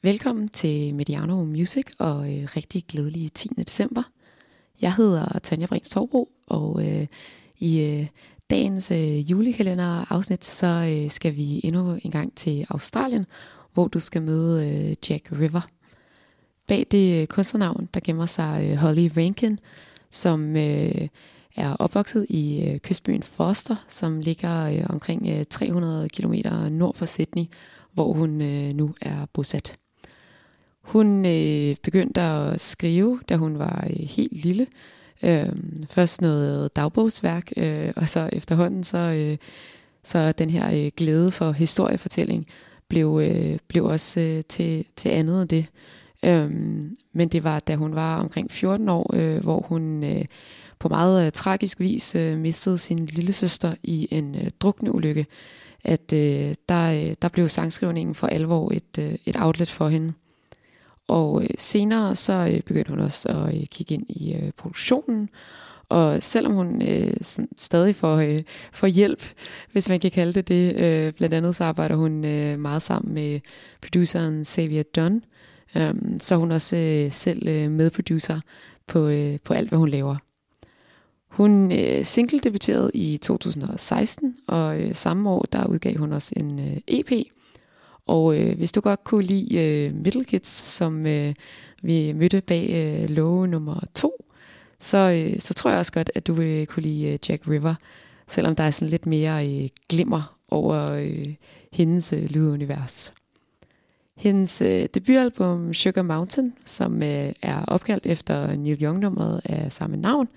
Velkommen til Mediano Music og rigtig glædelig 10. december. Jeg hedder Tanja Brins Torbro, og i dagens julekalender-afsnit, så skal vi endnu en gang til Australien, hvor du skal møde Jack River. Bag det kunstnernavn, der gemmer sig Holly Rankin, som er opvokset i kystbyen Forster, som ligger omkring 300 km nord for Sydney, hvor hun nu er bosat. Hun begyndte at skrive, da hun var helt lille. Først noget dagbogsværk, og så efterhånden så den her glæde for historiefortælling blev også til andet end det. Men det var, da hun var omkring 14 år, hvor hun på meget tragisk vis mistede sin lillesøster i en drukneulykke, at der blev sangskrivningen for alvor et outlet for hende. Og senere så begyndte hun også at kigge ind i produktionen, og selvom hun stadig får hjælp, hvis man kan kalde det, blandt andet så arbejder hun meget sammen med produceren Xavier Dunn, så hun også selv medproducer på alt, hvad hun laver. Hun single debuterede i 2016, og samme år der udgav hun også en EP. Og hvis du godt kunne lide Middle Kids, som vi mødte bag låge nummer 2, så tror jeg også godt, at du vil kunne lide Jack River, selvom der er sådan lidt mere glimmer over hendes lydunivers. Hendes debutalbum Sugar Mountain, som er opkaldt efter Neil Young-nummeret af samme navn,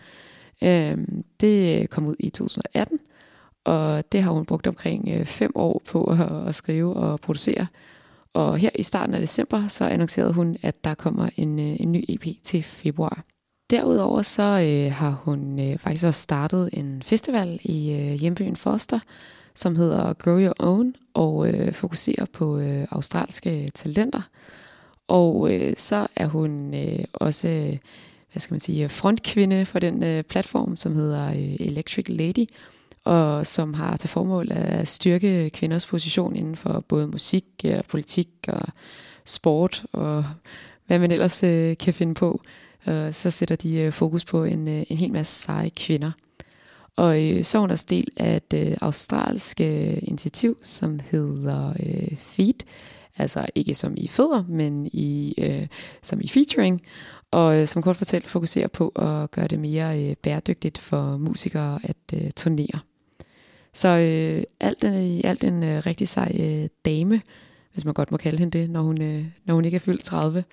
det kom ud i 2018, og det har hun brugt omkring 5 år på at skrive og producere. Og her i starten af december, så annoncerede hun, at der kommer en ny EP til februar. Derudover så har hun faktisk også startet en festival i hjembyen Forster, som hedder Grow Your Own, og fokuserer på australske talenter. Og så er hun også frontkvinde for den platform, som hedder Electric Lady, og som har til formål at styrke kvinders position inden for både musik, politik og sport, og hvad man ellers kan finde på. Så sætter de fokus på en hel masse seje kvinder. Og så er hun også del af et australsk initiativ, som hedder Feed, altså ikke som i fødder, men som i featuring, og som kort fortalt fokuserer på at gøre det mere bæredygtigt for musikere at turnere. Så alt en rigtig sej dame, hvis man godt må kalde hende det, når hun ikke er fyldt 30.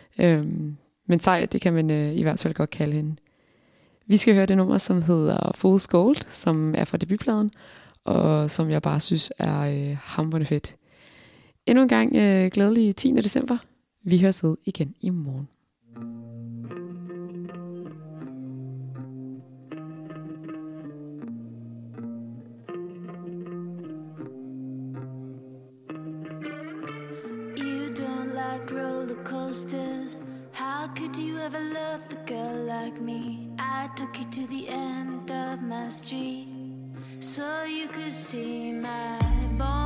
Men sej, det kan man i hvert fald godt kalde hende. Vi skal høre det nummer, som hedder Fool's Gold, som er fra debutpladen, og som jeg bare synes er hamrende fedt. Endnu en gang glædelig 10. december. Vi høres ved igen i morgen. Roller coasters. How could you ever love a girl like me? I took you to the end of my street so you could see my bones.